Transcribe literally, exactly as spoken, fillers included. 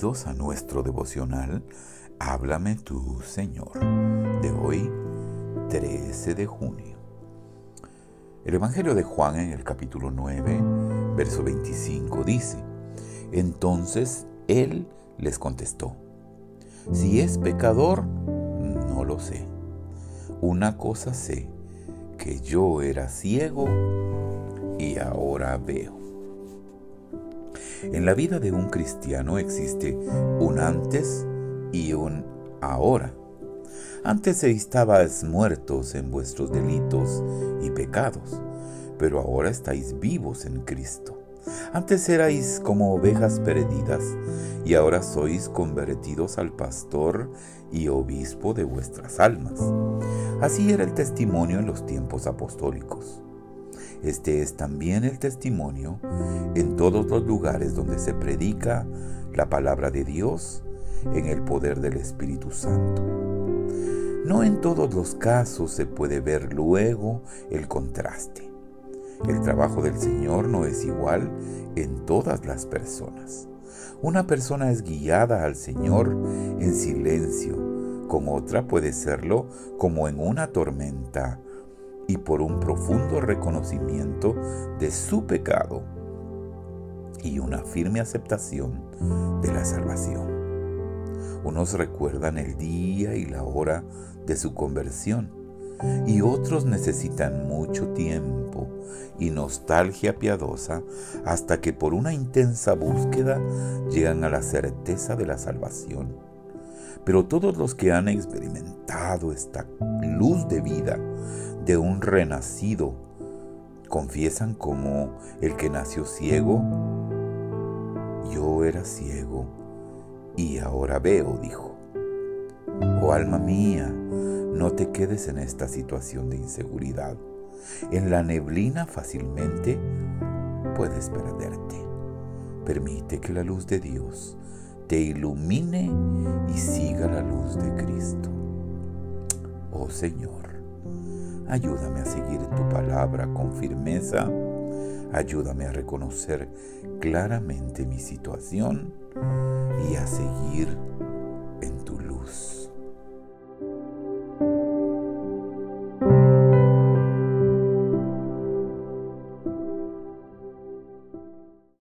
Bienvenidos a nuestro devocional Háblame tú, Señor, de hoy, trece de junio. El Evangelio de Juan en el capítulo nueve, verso veinticinco dice: Entonces él les contestó: Si es pecador, no lo sé. Una cosa sé, que yo era ciego y ahora veo. En la vida de un cristiano existe un antes y un ahora. Antes estabais muertos en vuestros delitos y pecados, pero ahora estáis vivos en Cristo. Antes erais como ovejas perdidas, y ahora sois convertidos al pastor y obispo de vuestras almas. Así era el testimonio en los tiempos apostólicos. Este es también el testimonio en todos los lugares donde se predica la palabra de Dios en el poder del Espíritu Santo. No en todos los casos se puede ver luego el contraste. El trabajo del Señor no es igual en todas las personas. Una persona es guiada al Señor en silencio, con otra puede serlo como en una tormenta y por un profundo reconocimiento de su pecado y una firme aceptación de la salvación. Unos recuerdan el día y la hora de su conversión, y otros necesitan mucho tiempo y nostalgia piadosa hasta que por una intensa búsqueda llegan a la certeza de la salvación. Pero todos los que han experimentado esta luz de vida de un renacido confiesan como el que nació ciego: Yo era ciego y ahora veo, dijo. Oh alma mía, no te quedes en esta situación de inseguridad. En la neblina fácilmente puedes perderte. Permite que la luz de Dios te ilumine y siga la luz de Cristo. Oh Señor, ayúdame a seguir tu palabra con firmeza. Ayúdame a reconocer claramente mi situación y a seguir en tu luz.